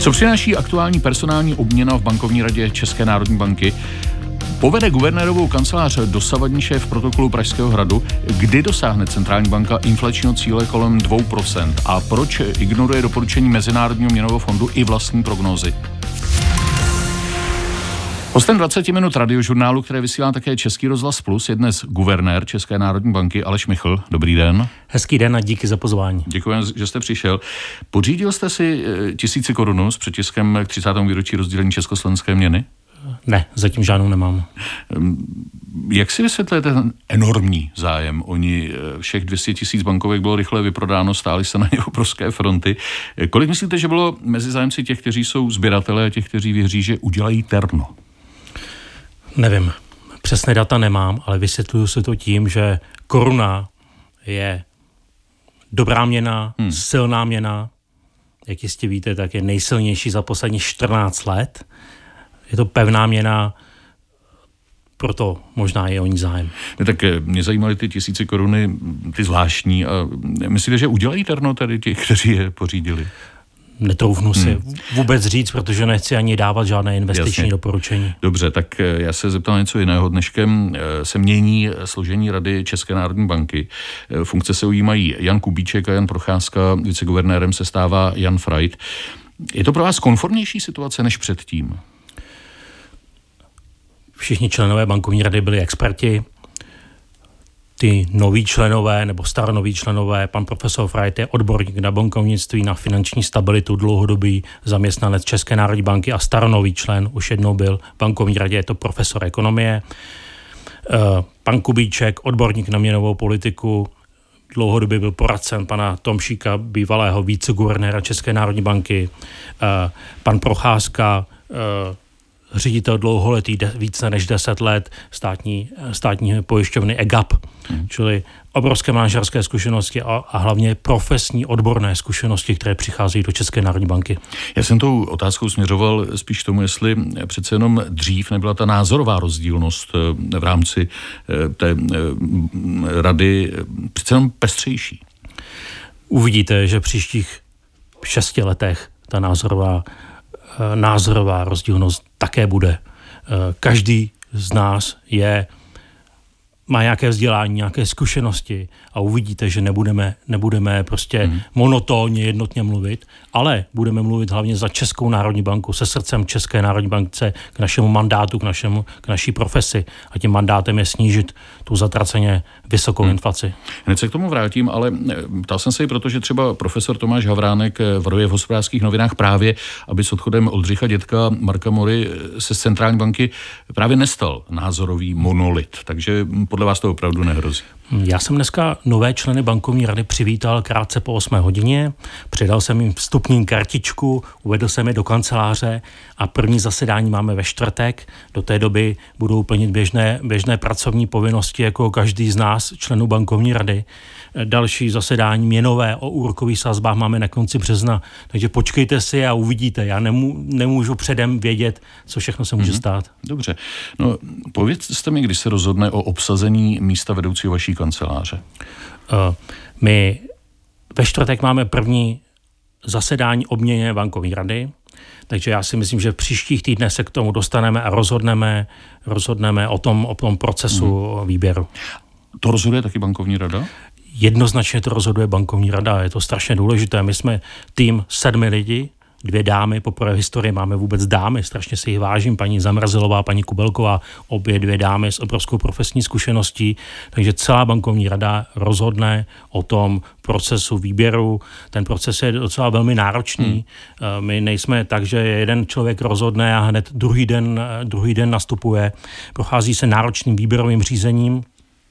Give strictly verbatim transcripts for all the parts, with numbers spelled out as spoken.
Co přináší aktuální personální obměna v bankovní radě České národní banky? Povede guvernérovou kancelář dosavadní šéf protokolu Pražského hradu? Kdy dosáhne centrální banka inflačního cíle kolem dvou procent? A proč ignoruje doporučení Mezinárodního měnového fondu i vlastní prognózy? Hostem dvacet minut radiožurnálu, které vysílá také Český rozhlas Plus, je dnes guvernér České národní banky Aleš Michl. Dobrý den. Hezký den a díky za pozvání. Děkuji, že jste přišel. Pořídil jste si tisíci korun s přetiskem k třicátému výročí rozdělení československé měny? Ne, zatím žádnou nemám. Jak si vysvětlujete ten enormní zájem? Oni, všech dvě stě tisíc bankovek bylo rychle vyprodáno, stály se na ně obrovské fronty. Kolik myslíte, že bylo mezi zájemci těch, kteří jsou sběratelé a těch, kteří věří, že udělají terno? Nevím. Přesné data nemám, ale vysvětluju se to tím, že koruna je dobrá měna, hmm. silná měna. Jak jistě víte, tak je nejsilnější za posledních čtrnáct let. Je to pevná měna, proto možná je o ní zájem. Ne, tak mě zajímaly ty tisíce koruny, ty zvláštní. A myslíte, že udělají terno tady těch, kteří je pořídili? Netroufnu si hmm. vůbec říct, protože nechci ani dávat žádné investiční Jasně. doporučení. Dobře, tak já se zeptal něco jiného. Dneškem se mění složení Rady České národní banky. Funkce se ujímají Jan Kubíček a Jan Procházka, viceguvernérem se stává Jan Freit. Je to pro vás konformnější situace než předtím? Všichni členové bankovní rady byli experti. Ty noví členové nebo staronoví členové, pan profesor Freit je odborník na bankovnictví, na finanční stabilitu, dlouhodobý zaměstnanec České národní banky a staronový člen, už jednou byl v bankovní radě, je to profesor ekonomie. Pan Kubíček, odborník na měnovou politiku, dlouhodobě byl poradcem pana Tomšíka, bývalého viceguvernéra České národní banky. Pan Procházka, ředitel dlouholetý, více než deset let státní, státní pojišťovny E G A P, hmm. čili obrovské manažerské zkušenosti a, a hlavně profesní odborné zkušenosti, které přicházejí do České národní banky. Já jsem tou otázkou směřoval spíš k tomu, jestli přece jenom dřív nebyla ta názorová rozdílnost v rámci té rady přece jenom pestřejší. Uvidíte, že v příštích šesti letech ta názorová názorová rozdílnost také bude. Každý z nás je, má nějaké vzdělání, nějaké zkušenosti a uvidíte, že nebudeme, nebudeme prostě hmm. monotónně jednotně mluvit, ale budeme mluvit hlavně za Českou národní banku, se srdcem České národní bankce k našemu mandátu, k, našemu, k naší profesi a tím mandátem je snížit tu zatraceně vysokou hmm. inflaci. Hned se k tomu vrátím, ale ptal jsem se i proto, že třeba profesor Tomáš Havránek varuje v Hospodářských novinách právě, aby s odchodem Oldřicha Dědka Marka Mory se z centrální banky právě nestal názorový monolit. Takže podle vás to opravdu nehrozí? Já jsem dneska nové členy bankovní rady přivítal krátce po osmé hodině, přidal jsem jim vstupní kartičku, uvedl jsem je do kanceláře a první zasedání máme ve čtvrtek. Do té doby budou plnit běžné, běžné pracovní povinnosti jako každý z nás, členů bankovní rady. Další zasedání měnové o úrokových sazbách máme na konci března, takže počkejte si a uvidíte. Já nemů, nemůžu předem vědět, co všechno se může mm-hmm. stát. Dobře. No, povězte mi, když se rozhodne o obsazení místa vedoucího vaší kanceláře. Uh, my ve čtvrtek máme první zasedání obměně bankovní rady, takže já si myslím, že v příštích týdnech se k tomu dostaneme a rozhodneme, rozhodneme o tom, o tom procesu mm. výběru. To rozhoduje taky bankovní rada? Jednoznačně to rozhoduje bankovní rada, je to strašně důležité. My jsme tým sedmi lidí, dvě dámy, poprvé v historii máme vůbec dámy, strašně si jich vážím, paní Zamrazilová, paní Kubelková, obě dvě dámy s obrovskou profesní zkušeností, takže celá bankovní rada rozhodne o tom procesu výběru. Ten proces je docela velmi náročný. Hmm. My nejsme tak, že jeden člověk rozhodne a hned druhý den, druhý den nastupuje. Prochází se náročným výběrovým řízením,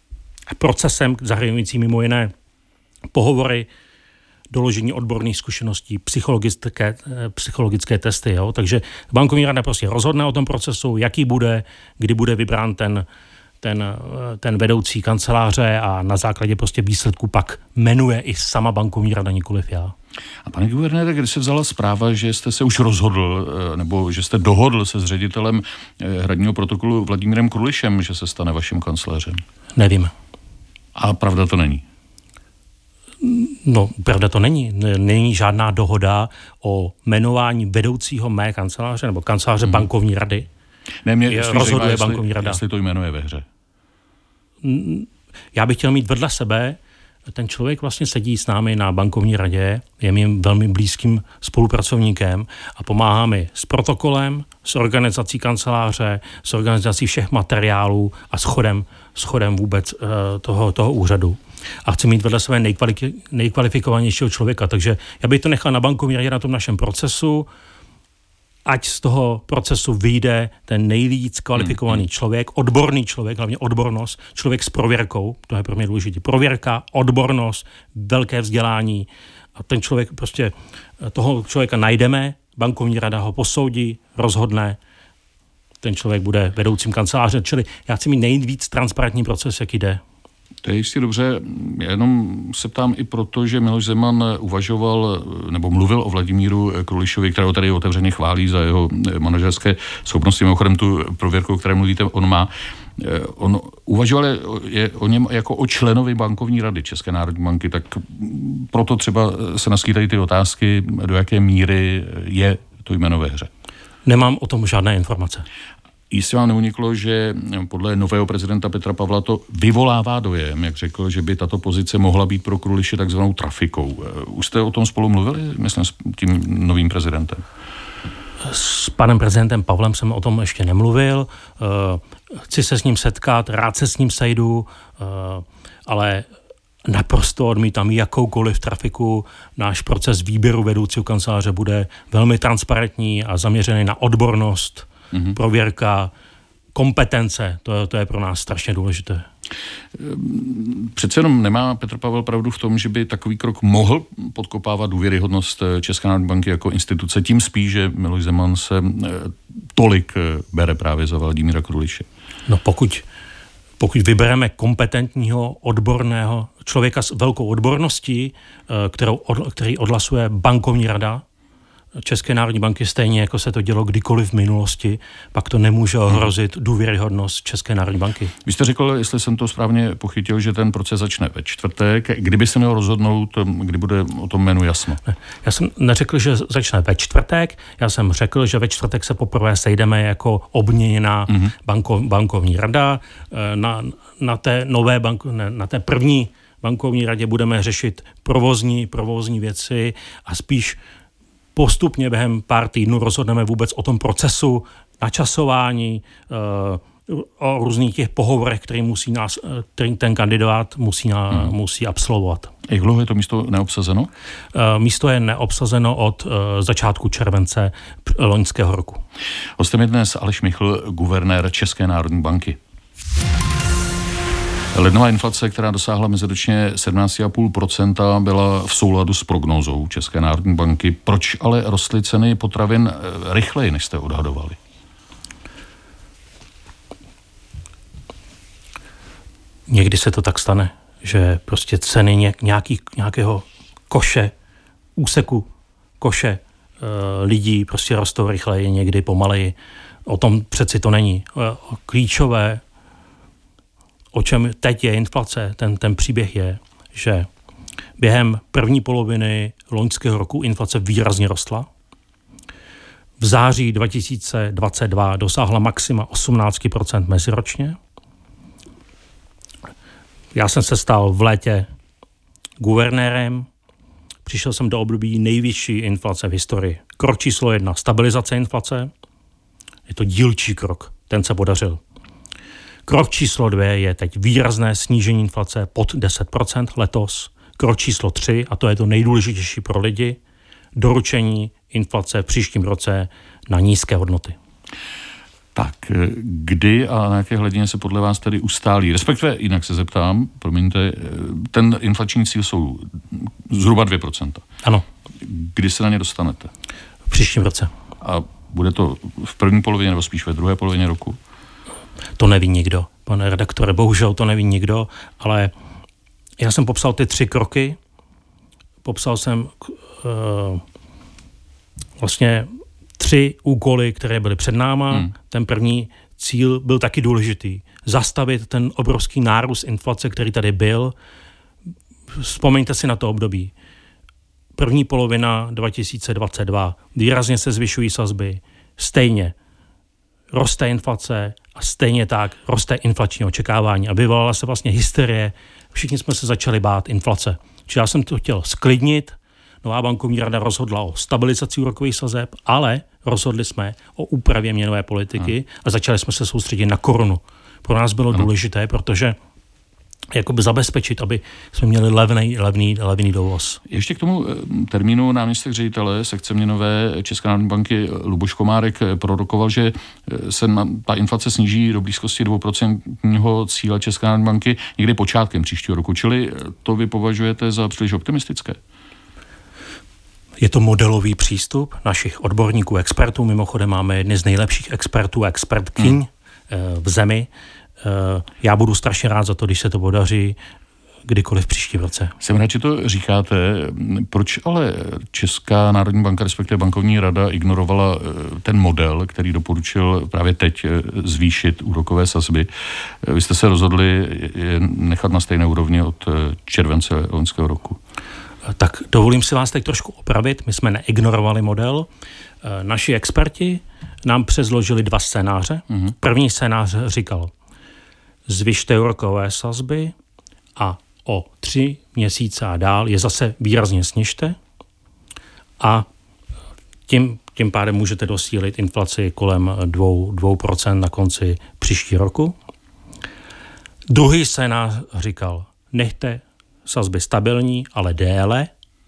procesem zahrnující mimo jiné pohovory, doložení odborných zkušeností, psychologické, psychologické testy. Jo? Takže bankovní rada prostě rozhodne o tom procesu, jaký bude, kdy bude vybrán ten, ten, ten vedoucí kanceláře a na základě prostě výsledku pak jmenuje i sama bankovní rada, nikoliv já. A pane guvernére, kdy se vzala zpráva, že jste se už rozhodl, nebo že jste dohodl se s ředitelem hradního protokolu Vladimírem Krulišem, že se stane vaším kancléřem? Nevím. A pravda to není? No, pravda to není. Není žádná dohoda o jmenování vedoucího mé kanceláře nebo kanceláře hmm. bankovní rady. Ne, mě rozhoduje jestli, bankovní rada. Jestli to jméno je ve hře. Já bych chtěl mít vedle sebe, ten člověk vlastně sedí s námi na bankovní radě, je mým velmi blízkým spolupracovníkem a pomáhá mi s protokolem, s organizací kanceláře, s organizací všech materiálů a s chodem, s chodem vůbec uh, toho, toho úřadu. A chci mít vedle sebe nejkvali- nejkvalifikovanějšího člověka, takže já bych to nechal na bankovní radě na tom našem procesu, ať z toho procesu vyjde ten nejvíc kvalifikovaný člověk, odborný člověk, hlavně odbornost, člověk s prověrkou, to je pro mě důležité. Prověrka, odbornost, velké vzdělání a ten člověk prostě, toho člověka najdeme, bankovní rada ho posoudí, rozhodne, ten člověk bude vedoucím kanceláře, čili já chci mít nejvíc transparentní proces, jak jde. To je jistě dobře, já jenom se ptám i proto, že Miloš Zeman uvažoval nebo mluvil o Vladimíru Krulišovi, kterého tady otevřeně chválí za jeho manažerské schopnosti, mimochodem tu prověrku, o které mluvíte, on má. On uvažoval je o něm jako o členovi bankovní rady České národní banky, tak proto třeba se naskýtají ty otázky, do jaké míry je to jméno ve hře. Nemám o tom žádné informace. Jistě vám neuniklo, že podle nového prezidenta Petra Pavla to vyvolává dojem, jak řekl, že by tato pozice mohla být pro Kruliše takzvanou trafikou. Už jste o tom spolu mluvili, myslím, s tím novým prezidentem? S panem prezidentem Pavlem jsem o tom ještě nemluvil. Chci se s ním setkat, rád se s ním sejdu, ale naprosto odmítám jakoukoliv trafiku. Náš proces výběru vedoucího kanceláře bude velmi transparentní a zaměřený na odbornost, mm-hmm. prověrka, kompetence. To, to je pro nás strašně důležité. Přece jenom nemá Petr Pavel pravdu v tom, že by takový krok mohl podkopávat důvěryhodnost České národní banky jako instituce, tím spíš, že Miloš Zeman se tolik bere právě za Vladimíra Kruliše. No pokud, pokud vybereme kompetentního, odborného člověka s velkou odborností, kterou, který odhlasuje bankovní rada České národní banky, stejně jako se to dělo kdykoliv v minulosti, pak to nemůže ohrozit důvěryhodnost České národní banky. Vy jste řekl, jestli jsem to správně pochytil, že ten proces začne ve čtvrtek. Kdyby se měl rozhodnout, kdy bude o tom jménu jasno? Ne, já jsem neřekl, že začne ve čtvrtek, já jsem řekl, že ve čtvrtek se poprvé sejdeme jako obměněná mm-hmm. banko, bankovní rada. Na, na té nové banko, ne, na té první bankovní radě budeme řešit provozní, provozní věci a spíš postupně během pár týdnů rozhodneme vůbec o tom procesu, načasování, o různých těch pohovorech, který, musí nás, který ten kandidát musí, na, hmm. musí absolvovat. Jak dlouho je to místo neobsazeno? Místo je neobsazeno od začátku července loňského roku. Hostem je dnes Aleš Michl, guvernér České národní banky. Lednová inflace, která dosáhla meziročně sedmnáct celá pět procenta, byla v souladu s prognózou České národní banky. Proč ale rostly ceny potravin rychleji, než jste odhadovali? Někdy se to tak stane, že prostě ceny nějaký, nějakého koše, úseku koše e, lidí prostě rostou rychleji, někdy pomaleji. O tom přeci to není. E, klíčové, o čem teď je inflace, ten, ten příběh je, že během první poloviny loňského roku inflace výrazně rostla. V září dva tisíce dvacet dva dosáhla maxima osmnáct procent meziročně. Já jsem se stal v létě guvernérem, přišel jsem do období nejvyšší inflace v historii. Krok číslo jedna, stabilizace inflace. Je to dílčí krok, ten se podařil. Krok číslo dvě je teď výrazné snížení inflace pod deset procent letos. Krok číslo tři, a to je to nejdůležitější pro lidi, doručení inflace v příštím roce na nízké hodnoty. Tak, kdy a na jaké hladině se podle vás tedy ustálí? Respektive, jinak se zeptám, promiňte, ten inflační cíl jsou zhruba dvě procenta. Ano. Kdy se na ně dostanete? V příštím roce. A bude to v první polovině nebo spíš ve druhé polovině roku? To neví nikdo, pane redaktore, bohužel to neví nikdo, ale já jsem popsal ty tři kroky, popsal jsem uh, vlastně tři úkoly, které byly před náma. Hmm. Ten první cíl byl taky důležitý. Zastavit ten obrovský nárůst inflace, který tady byl. vzpomeňte si na to období. První polovina dva tisíce dvacet dva, výrazně se zvyšují sazby, stejně roste inflace a stejně tak roste inflační očekávání. A vyvolala se vlastně hysterie, všichni jsme se začali bát inflace. Čiže já jsem to chtěl sklidnit, nová bankovní rada rozhodla o stabilizaci úrokových sazeb, ale rozhodli jsme o úpravě měnové politiky hmm. a začali jsme se soustředit na korunu. Pro nás bylo hmm. důležité, protože jakoby zabezpečit, aby jsme měli levný, levný, levný dovoz. Ještě k tomu termínu náměstek ředitele sekce měnové České národní banky Luboš Komárek prorokoval, že se ta inflace sníží do blízkosti dvouprocentního cíle České národní banky někdy počátkem příštího roku. Čili to vy považujete za příliš optimistické? Je to modelový přístup našich odborníků, expertů. Mimochodem máme jedny z nejlepších expertů a expertkyň hmm. v zemi. Já budu strašně rád za to, když se to podaří kdykoliv v příštím roce. Jsem rád, že to říkáte. Proč ale Česká národní banka, respektive bankovní rada, ignorovala ten model, který doporučil právě teď zvýšit úrokové sazby? Vy jste se rozhodli je nechat na stejné úrovni od července loňského roku. Tak dovolím si vás teď trošku opravit. My jsme neignorovali model. Naši experti nám přezložili dva scénáře. Mm-hmm. První scénář říkal, zvyšte úrokové sazby a o tři měsíce a dál je zase výrazně snižte a tím, tím pádem můžete dosílit inflaci kolem dvou procent na konci příští roku. Druhý scénář říkal, nechte sazby stabilní, ale déle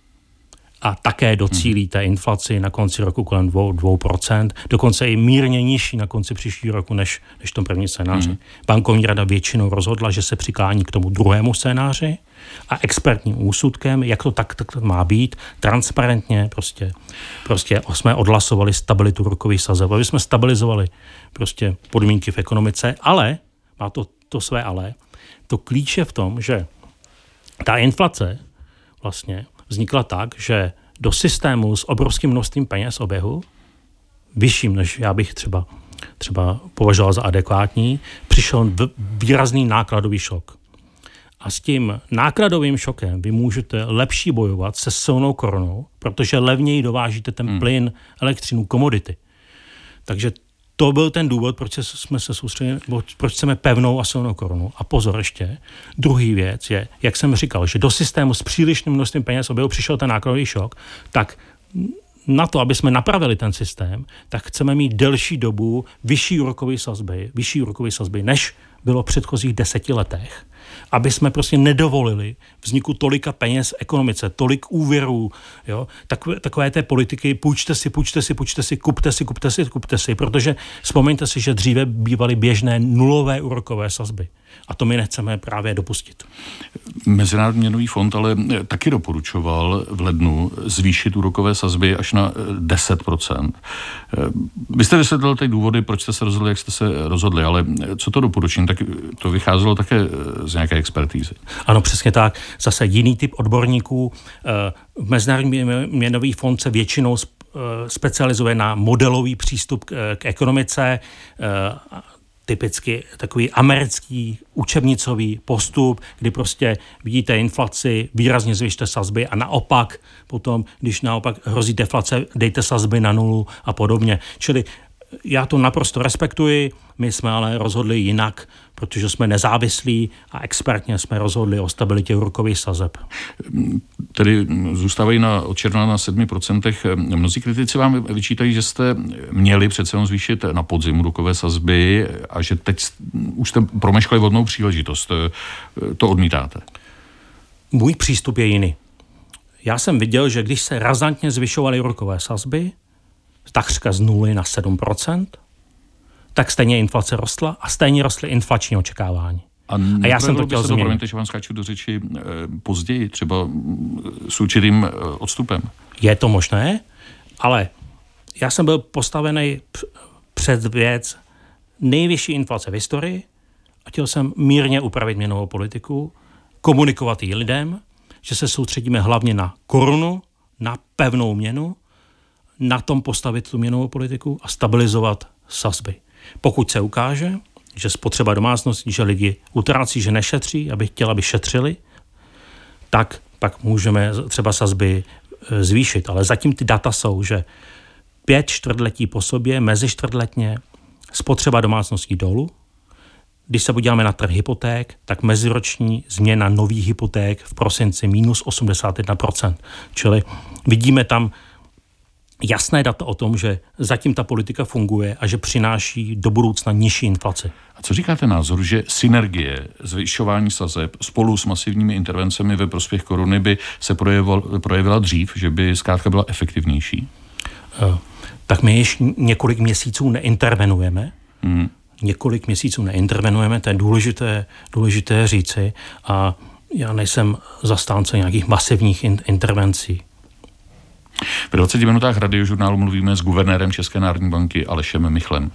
a také docílíte inflaci na konci roku kolem dvou procent, dokonce i mírně nižší na konci příštího roku než, než v tom první scénáři. Mm. Bankovní rada většinou rozhodla, že se přiklání k tomu druhému scénáři a expertním úsudkem, jak to tak, tak má být, transparentně prostě, prostě jsme odhlasovali stabilitu úrokových sazeb, aby jsme stabilizovali prostě podmínky v ekonomice, ale, má to, to své ale, to klíč je v tom, že ta inflace vlastně vznikla tak, že do systému s obrovským množstvím peněz oběhu, vyšším, než já bych třeba, třeba považoval za adekvátní, přišel výrazný nákladový šok. A s tím nákladovým šokem vy můžete lepší bojovat se silnou korunou, protože levněji dovážíte ten hmm. plyn, elektřinu, komodity. Takže to byl ten důvod, proč jsme se soustředili, proč chceme pevnou a silnou korunu. A pozor ještě, druhý věc je, jak jsem říkal, že do systému s přílišným množstvím peněz objevu přišel ten nákladový šok, tak na to, aby jsme napravili ten systém, tak chceme mít delší dobu vyšší úrokové sazby, vyšší úrokové sazby, než bylo v předchozích deseti letech. Aby jsme prostě nedovolili vzniku tolika peněz v ekonomice, tolik úvěrů, jo, takové, takové té politiky, půjčte si, půjčte si, půjčte si, kupte si, kupte si, kupte si, protože vzpomeňte si, že dříve bývaly běžné nulové úrokové sazby. A to my nechceme právě dopustit. Mezinárodní měnový fond ale taky doporučoval v lednu zvýšit úrokové sazby až na deset procent. Vy jste vysvětlil ty důvody, proč jste se rozhodli, jak jste se rozhodli, ale co to doporučení, tak to vycházelo také z nějaké expertízy. Ano, přesně tak. Zase jiný typ odborníků. Mezinárodní měnový fond se většinou specializuje na modelový přístup k ekonomice, typicky takový americký učebnicový postup, kdy prostě vidíte inflaci, výrazně zvyšte sazby a naopak potom, když naopak hrozí deflace, dejte sazby na nulu a podobně. Čili já to naprosto respektuji, my jsme ale rozhodli jinak, protože jsme nezávislí a expertně jsme rozhodli o stabilitě úrokových sazeb. Tedy zůstávají na, od června na sedmi procentech. Mnozí kritici vám vyčítají, že jste měli přece jenom zvýšit na podzim úrokové sazby a že teď už jste promeškali vhodnou příležitost. To odmítáte? Můj přístup je jiný. Já jsem viděl, že když se razantně zvyšovaly úrokové sazby, takřka z nuly na sedm procent, tak stejně inflace rostla a stejně rostly inflační očekávání. A, a já jsem to chtěl změnit. Promiňte, že vám skáču do řeči e, později, třeba s určitým e, odstupem. Je to možné, ale já jsem byl postavený před věc nejvyšší inflace v historii a chtěl jsem mírně upravit měnovou politiku, komunikovat ji lidem, že se soustředíme hlavně na korunu, na pevnou měnu, na tom postavit tu měnovou politiku a stabilizovat sazby. Pokud se ukáže, že spotřeba domácností, že lidi utrácí, že nešetří, aby chtěla, aby šetřili, tak pak můžeme třeba sazby zvýšit. Ale zatím ty data jsou, že pět čtvrtletí po sobě, mezi čtvrtletně, spotřeba domácností dolů. Když se podíváme na trh hypoték, tak meziroční změna nových hypoték v prosinci minus osmdesát jedna procent. Čili vidíme tam jasné data o tom, že zatím ta politika funguje a že přináší do budoucna nižší inflaci. A co říkáte názor, že synergie zvyšování sazeb spolu s masivními intervencemi ve prospěch koruny by se projevila, projevila dřív, že by zkrátka byla efektivnější? Uh, tak my již několik měsíců neintervenujeme. Hmm. Několik měsíců neintervenujeme, to je důležité, důležité říci a já nejsem zastánce nějakých masivních in- intervencí. V dvaceti minutách Radiožurnálu mluvíme s guvernérem České národní banky Alešem Michlem.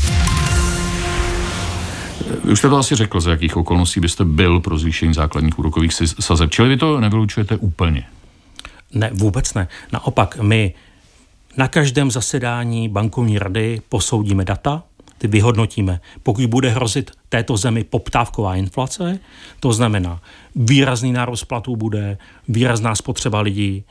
Vy už jste to asi řekl, za jakých okolností byste byl pro zvýšení základních úrokových sazeb, čili vy to nevylučujete úplně? Ne, vůbec ne. Naopak, my na každém zasedání bankovní rady posoudíme data, ty vyhodnotíme. Pokud bude hrozit této zemi poptávková inflace, to znamená výrazný nárůst platů bude, výrazná spotřeba lidí,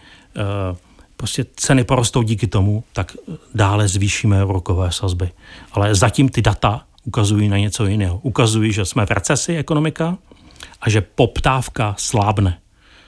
prostě ceny porostou díky tomu, tak dále zvýšíme úrokové sazby. Ale zatím ty data ukazují na něco jiného. Ukazují, že jsme v recesi ekonomika a že poptávka slábne.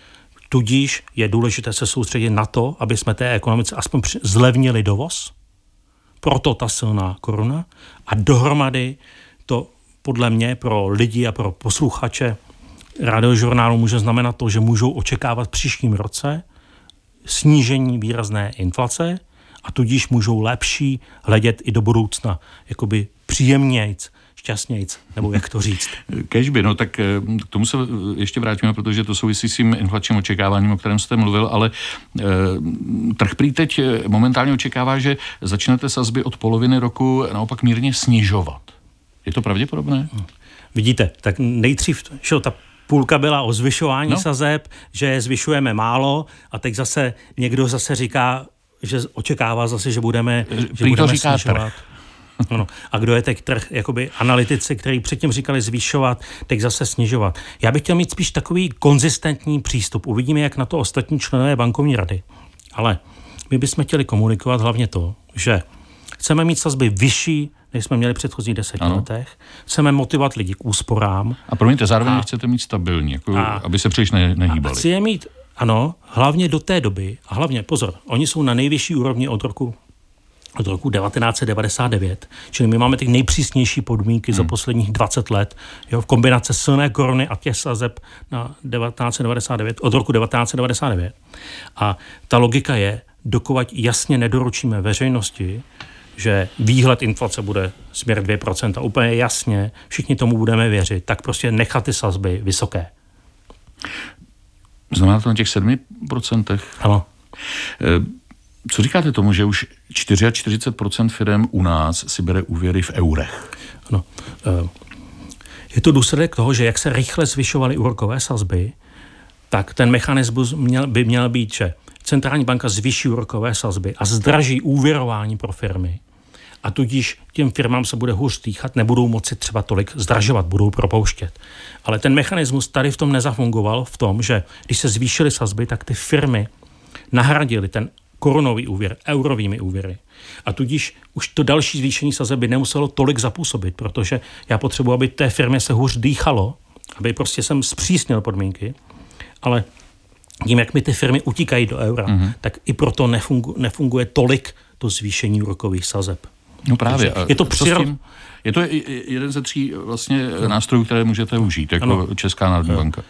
Tudíž je důležité se soustředit na to, aby jsme té ekonomice aspoň zlevnili dovoz, proto ta silná koruna a dohromady to podle mě pro lidi a pro posluchače Radiožurnálu může znamenat to, že můžou očekávat v příštím roce snížení výrazné inflace a tudíž můžou lepší hledět i do budoucna, jakoby příjemnějc, šťastnějc, nebo jak to říct. Kežby, no tak k tomu se ještě vrátíme, protože to souvisí s tím inflačním očekáváním, o kterém jste mluvil, ale eh, trh prý teď momentálně očekává, že začnete sazby od poloviny roku naopak mírně snižovat. Je to pravděpodobné? Vidíte, tak nejdřív, že ta půlka byla o zvyšování no. sazeb, že zvyšujeme málo a teď zase někdo zase říká, že očekává zase, že budeme, že budeme to říká snižovat. Trh. No, a kdo je teď trh, jakoby analytici, kteří předtím říkali zvyšovat, teď zase snižovat. Já bych chtěl mít spíš takový konzistentní přístup. Uvidíme, jak na to ostatní členové bankovní rady. Ale my bychom chtěli komunikovat hlavně to, že chceme mít sazby vyšší, než jsme měli v předchozích deseti ano. letech. Chceme motivovat lidi k úsporám. A promiňte, zároveň a, chcete mít stabilní, jako, a, aby se příliš ne, nehýbali. Chci je mít, ano, hlavně do té doby, a hlavně, pozor, oni jsou na nejvyšší úrovni od roku od roku devatenáct set devadesát devět, čili my máme ty nejpřísnější podmínky hmm. za posledních dvacet let, jo, v kombinaci silné koruny a těch sazeb na devatenáct set devadesát devět, od roku devatenáct set devadesát devět. A ta logika je, dokud jasně nedoručíme veřejnosti, že výhled inflace bude směr dvě procenta, úplně jasně, všichni tomu budeme věřit, tak prostě nechat ty sazby vysoké. Znamená to na těch sedmi procentech? Ano. E- Co říkáte tomu, že už čtyřicet čtyři procent firem u nás si bere úvěry v eurech? No, je to důsledek toho, že jak se rychle zvyšovaly úrokové sazby, tak ten mechanismus měl, by měl být, že centrální banka zvýší úrokové sazby a zdraží úvěrování pro firmy. A tudíž těm firmám se bude hůř dýchat, nebudou moci třeba tolik zdražovat, budou propouštět. Ale ten mechanismus tady v tom nezafungoval v tom, že když se zvýšily sazby, tak ty firmy nahradily ten korunový úvěr, eurovými úvěry. A tudíž už to další zvýšení sazeb by nemuselo tolik zapůsobit, protože já potřebuji, aby té firmě se hůř dýchalo, aby prostě jsem zpřísnil podmínky, ale tím, jak mi ty firmy utíkají do eura, mm-hmm. tak i proto nefungu, nefunguje tolik to zvýšení úrokových sazeb. No právě. Je to přiro... Je to jeden ze tří vlastně nástrojů, které můžete užít, jako ano. Česká národní banka.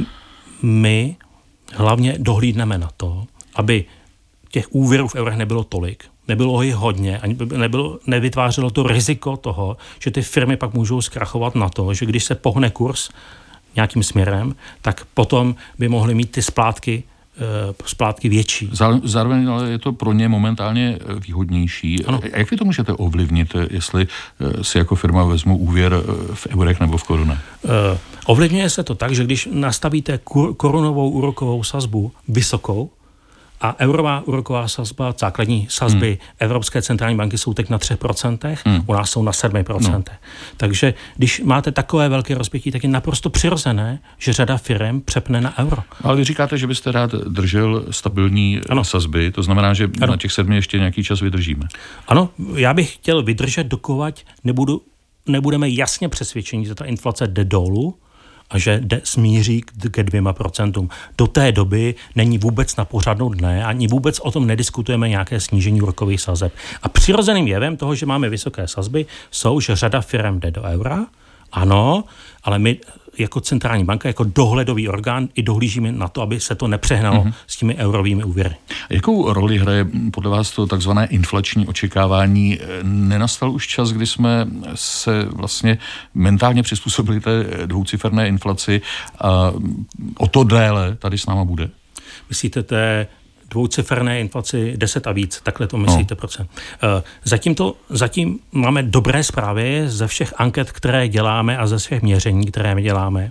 My hlavně dohlídneme na to, aby těch úvěrů v eurech nebylo tolik, nebylo jich hodně, ani nebylo, nevytvářelo to riziko toho, že ty firmy pak můžou zkrachovat na to, že když se pohne kurz nějakým směrem, tak potom by mohly mít ty splátky, uh, splátky větší. Zároveň ale je to pro ně momentálně výhodnější. Ano. Jak vy to můžete ovlivnit, jestli si jako firma vezmu úvěr v eurech nebo v korunách? Uh, ovlivňuje se to tak, že když nastavíte kur, korunovou úrokovou sazbu vysokou, A eurová úroková sazba, základní sazby hmm. Evropské centrální banky jsou teď na tři procenta, hmm. u nás jsou na sedm procent. No. Takže když máte takové velké rozpětí, tak je naprosto přirozené, že řada firem přepne na euro. Ale vy říkáte, že byste rád držel stabilní ano. sazby, to znamená, že ano. na těch sedmi ještě nějaký čas vydržíme. Ano, já bych chtěl vydržet, dokud nebudu, nebudeme jasně přesvědčení, že ta inflace jde dolů a že jde, smíří ke dvěma procentům. Do té doby není vůbec na pořadu dne, ani vůbec o tom nediskutujeme nějaké snížení úrokových sazeb. A přirozeným jevem toho, že máme vysoké sazby, jsou, že řada firem jde do eura, ano, ale my jako centrální banka, jako dohledový orgán i dohlížíme na to, aby se to nepřehnalo mm-hmm. s těmi eurovými úvěry. Jakou roli hraje podle vás to takzvané inflační očekávání? Nenastal už čas, kdy jsme se vlastně mentálně přizpůsobili té dvouciferné inflaci a o to déle tady s náma bude? Myslíte té dvouciferné inflaci deset a víc, takhle to myslíte no. procent. Zatím, to, zatím máme dobré zprávy ze všech anket, které děláme a ze všech měření, které my děláme.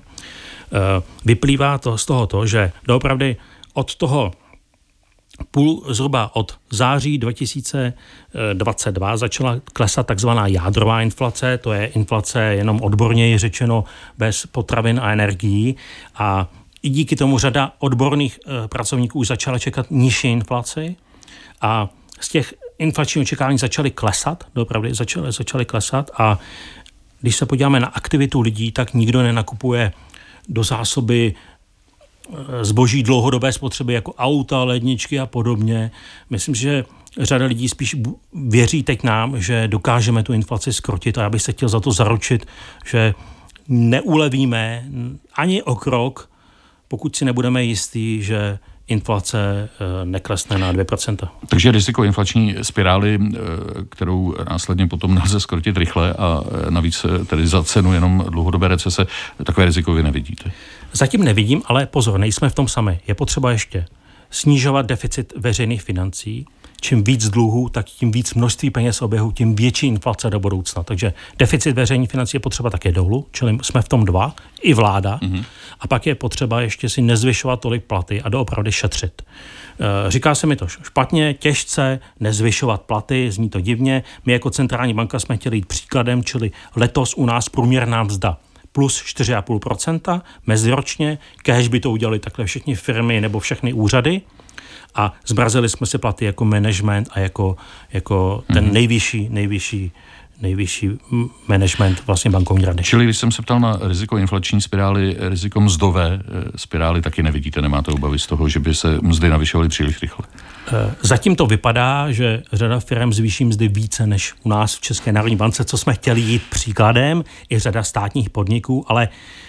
Vyplývá to z toho to, že doopravdy od toho půl, zhruba od září dva tisíce dvacet dva začala klesat takzvaná jádrová inflace, to je inflace jenom odborněji řečeno bez potravin a energií a i díky tomu řada odborných e, pracovníků už začala čekat nižší inflaci a z těch inflačních očekávání začaly klesat, doopravdy začaly, začaly klesat a když se podíváme na aktivitu lidí, tak nikdo nenakupuje do zásoby e, zboží dlouhodobé spotřeby jako auta, ledničky a podobně. Myslím, že řada lidí spíš věří teď nám, že dokážeme tu inflaci zkrotit a já bych se chtěl za to zaručit, že neulevíme ani o krok, pokud si nebudeme jistí, že inflace neklesne na dvě procenta. Takže riziko inflační spirály, kterou následně potom nelze zkrotit rychle a navíc tedy za cenu jenom dlouhodobé recese, takové riziko vy nevidíte? Zatím nevidím, ale pozor, nejsme v tom sami. Je potřeba ještě snižovat deficit veřejných financí. Čím víc dluhů, tak tím víc množství peněz oběhu, tím větší inflace do budoucna. Takže deficit veřejných financí je potřeba také dolů, čili jsme v tom dva, i vláda. Mm-hmm. A pak je potřeba ještě si nezvyšovat tolik platy a doopravdy šetřit. Říká se mi to špatně, těžce, nezvyšovat platy, zní to divně. My jako centrální banka jsme chtěli jít příkladem, čili letos u nás průměrná mzda plus čtyři celá pět procenta meziročně, kéž by to udělali takhle všechny firmy nebo všechny úřady. A zmrazili jsme si platy jako management a jako, jako ten mm-hmm. nejvyšší, nejvyšší, nejvyšší management vlastně bankovní rady. Čili když jsem se ptal na riziko inflační spirály, riziko mzdové spirály taky nevidíte, nemáte obavy z toho, že by se mzdy navyšovaly příliš rychle? Zatím to vypadá, že řada firm zvýší mzdy více než u nás v České národní bance, co jsme chtěli jít příkladem, i řada státních podniků, ale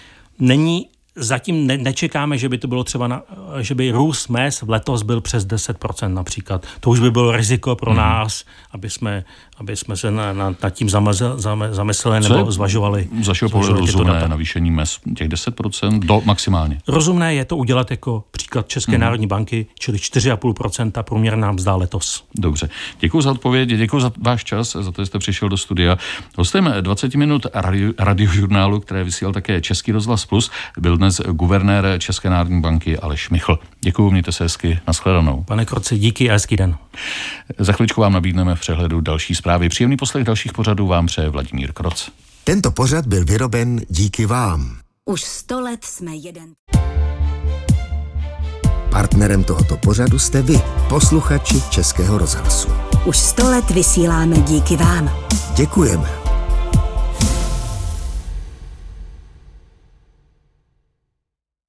není zatím ne, nečekáme, že by to bylo třeba, na, že by růst mezd letos byl přes deset procent například. To už by bylo riziko pro mm. nás, aby jsme, aby jsme se na, na, nad tím zamezl, zame, zamysleli nebo zvažovali. Z vašeho pohledu rozumné navýšení mezd těch deset procent do maximálně? Rozumné je to udělat jako příklad České mm. národní banky, čili čtyři celá pět procenta průměrná mzda letos. Dobře. Děkuji za odpověď, děkuji za váš čas, za to, že jste přišel do studia. Hostem dvacet minut radio, radiožurnálu, které vysílal také Český rozhlas Plus, byl dnes guvernér České národní banky Aleš Michl. Děkuju, mějte se hezky, nashledanou. Pane Korci, díky a hezký den. Za chvíličku vám nabídneme v přehledu další zprávy. Příjemný poslech dalších pořadů vám přeje Vladimír Kroc. Tento pořad byl vyroben díky vám. Už sto let jsme jeden. Partnerem tohoto pořadu jste vy, posluchači Českého rozhlasu. Už sto let vysíláme díky vám. Děkujeme.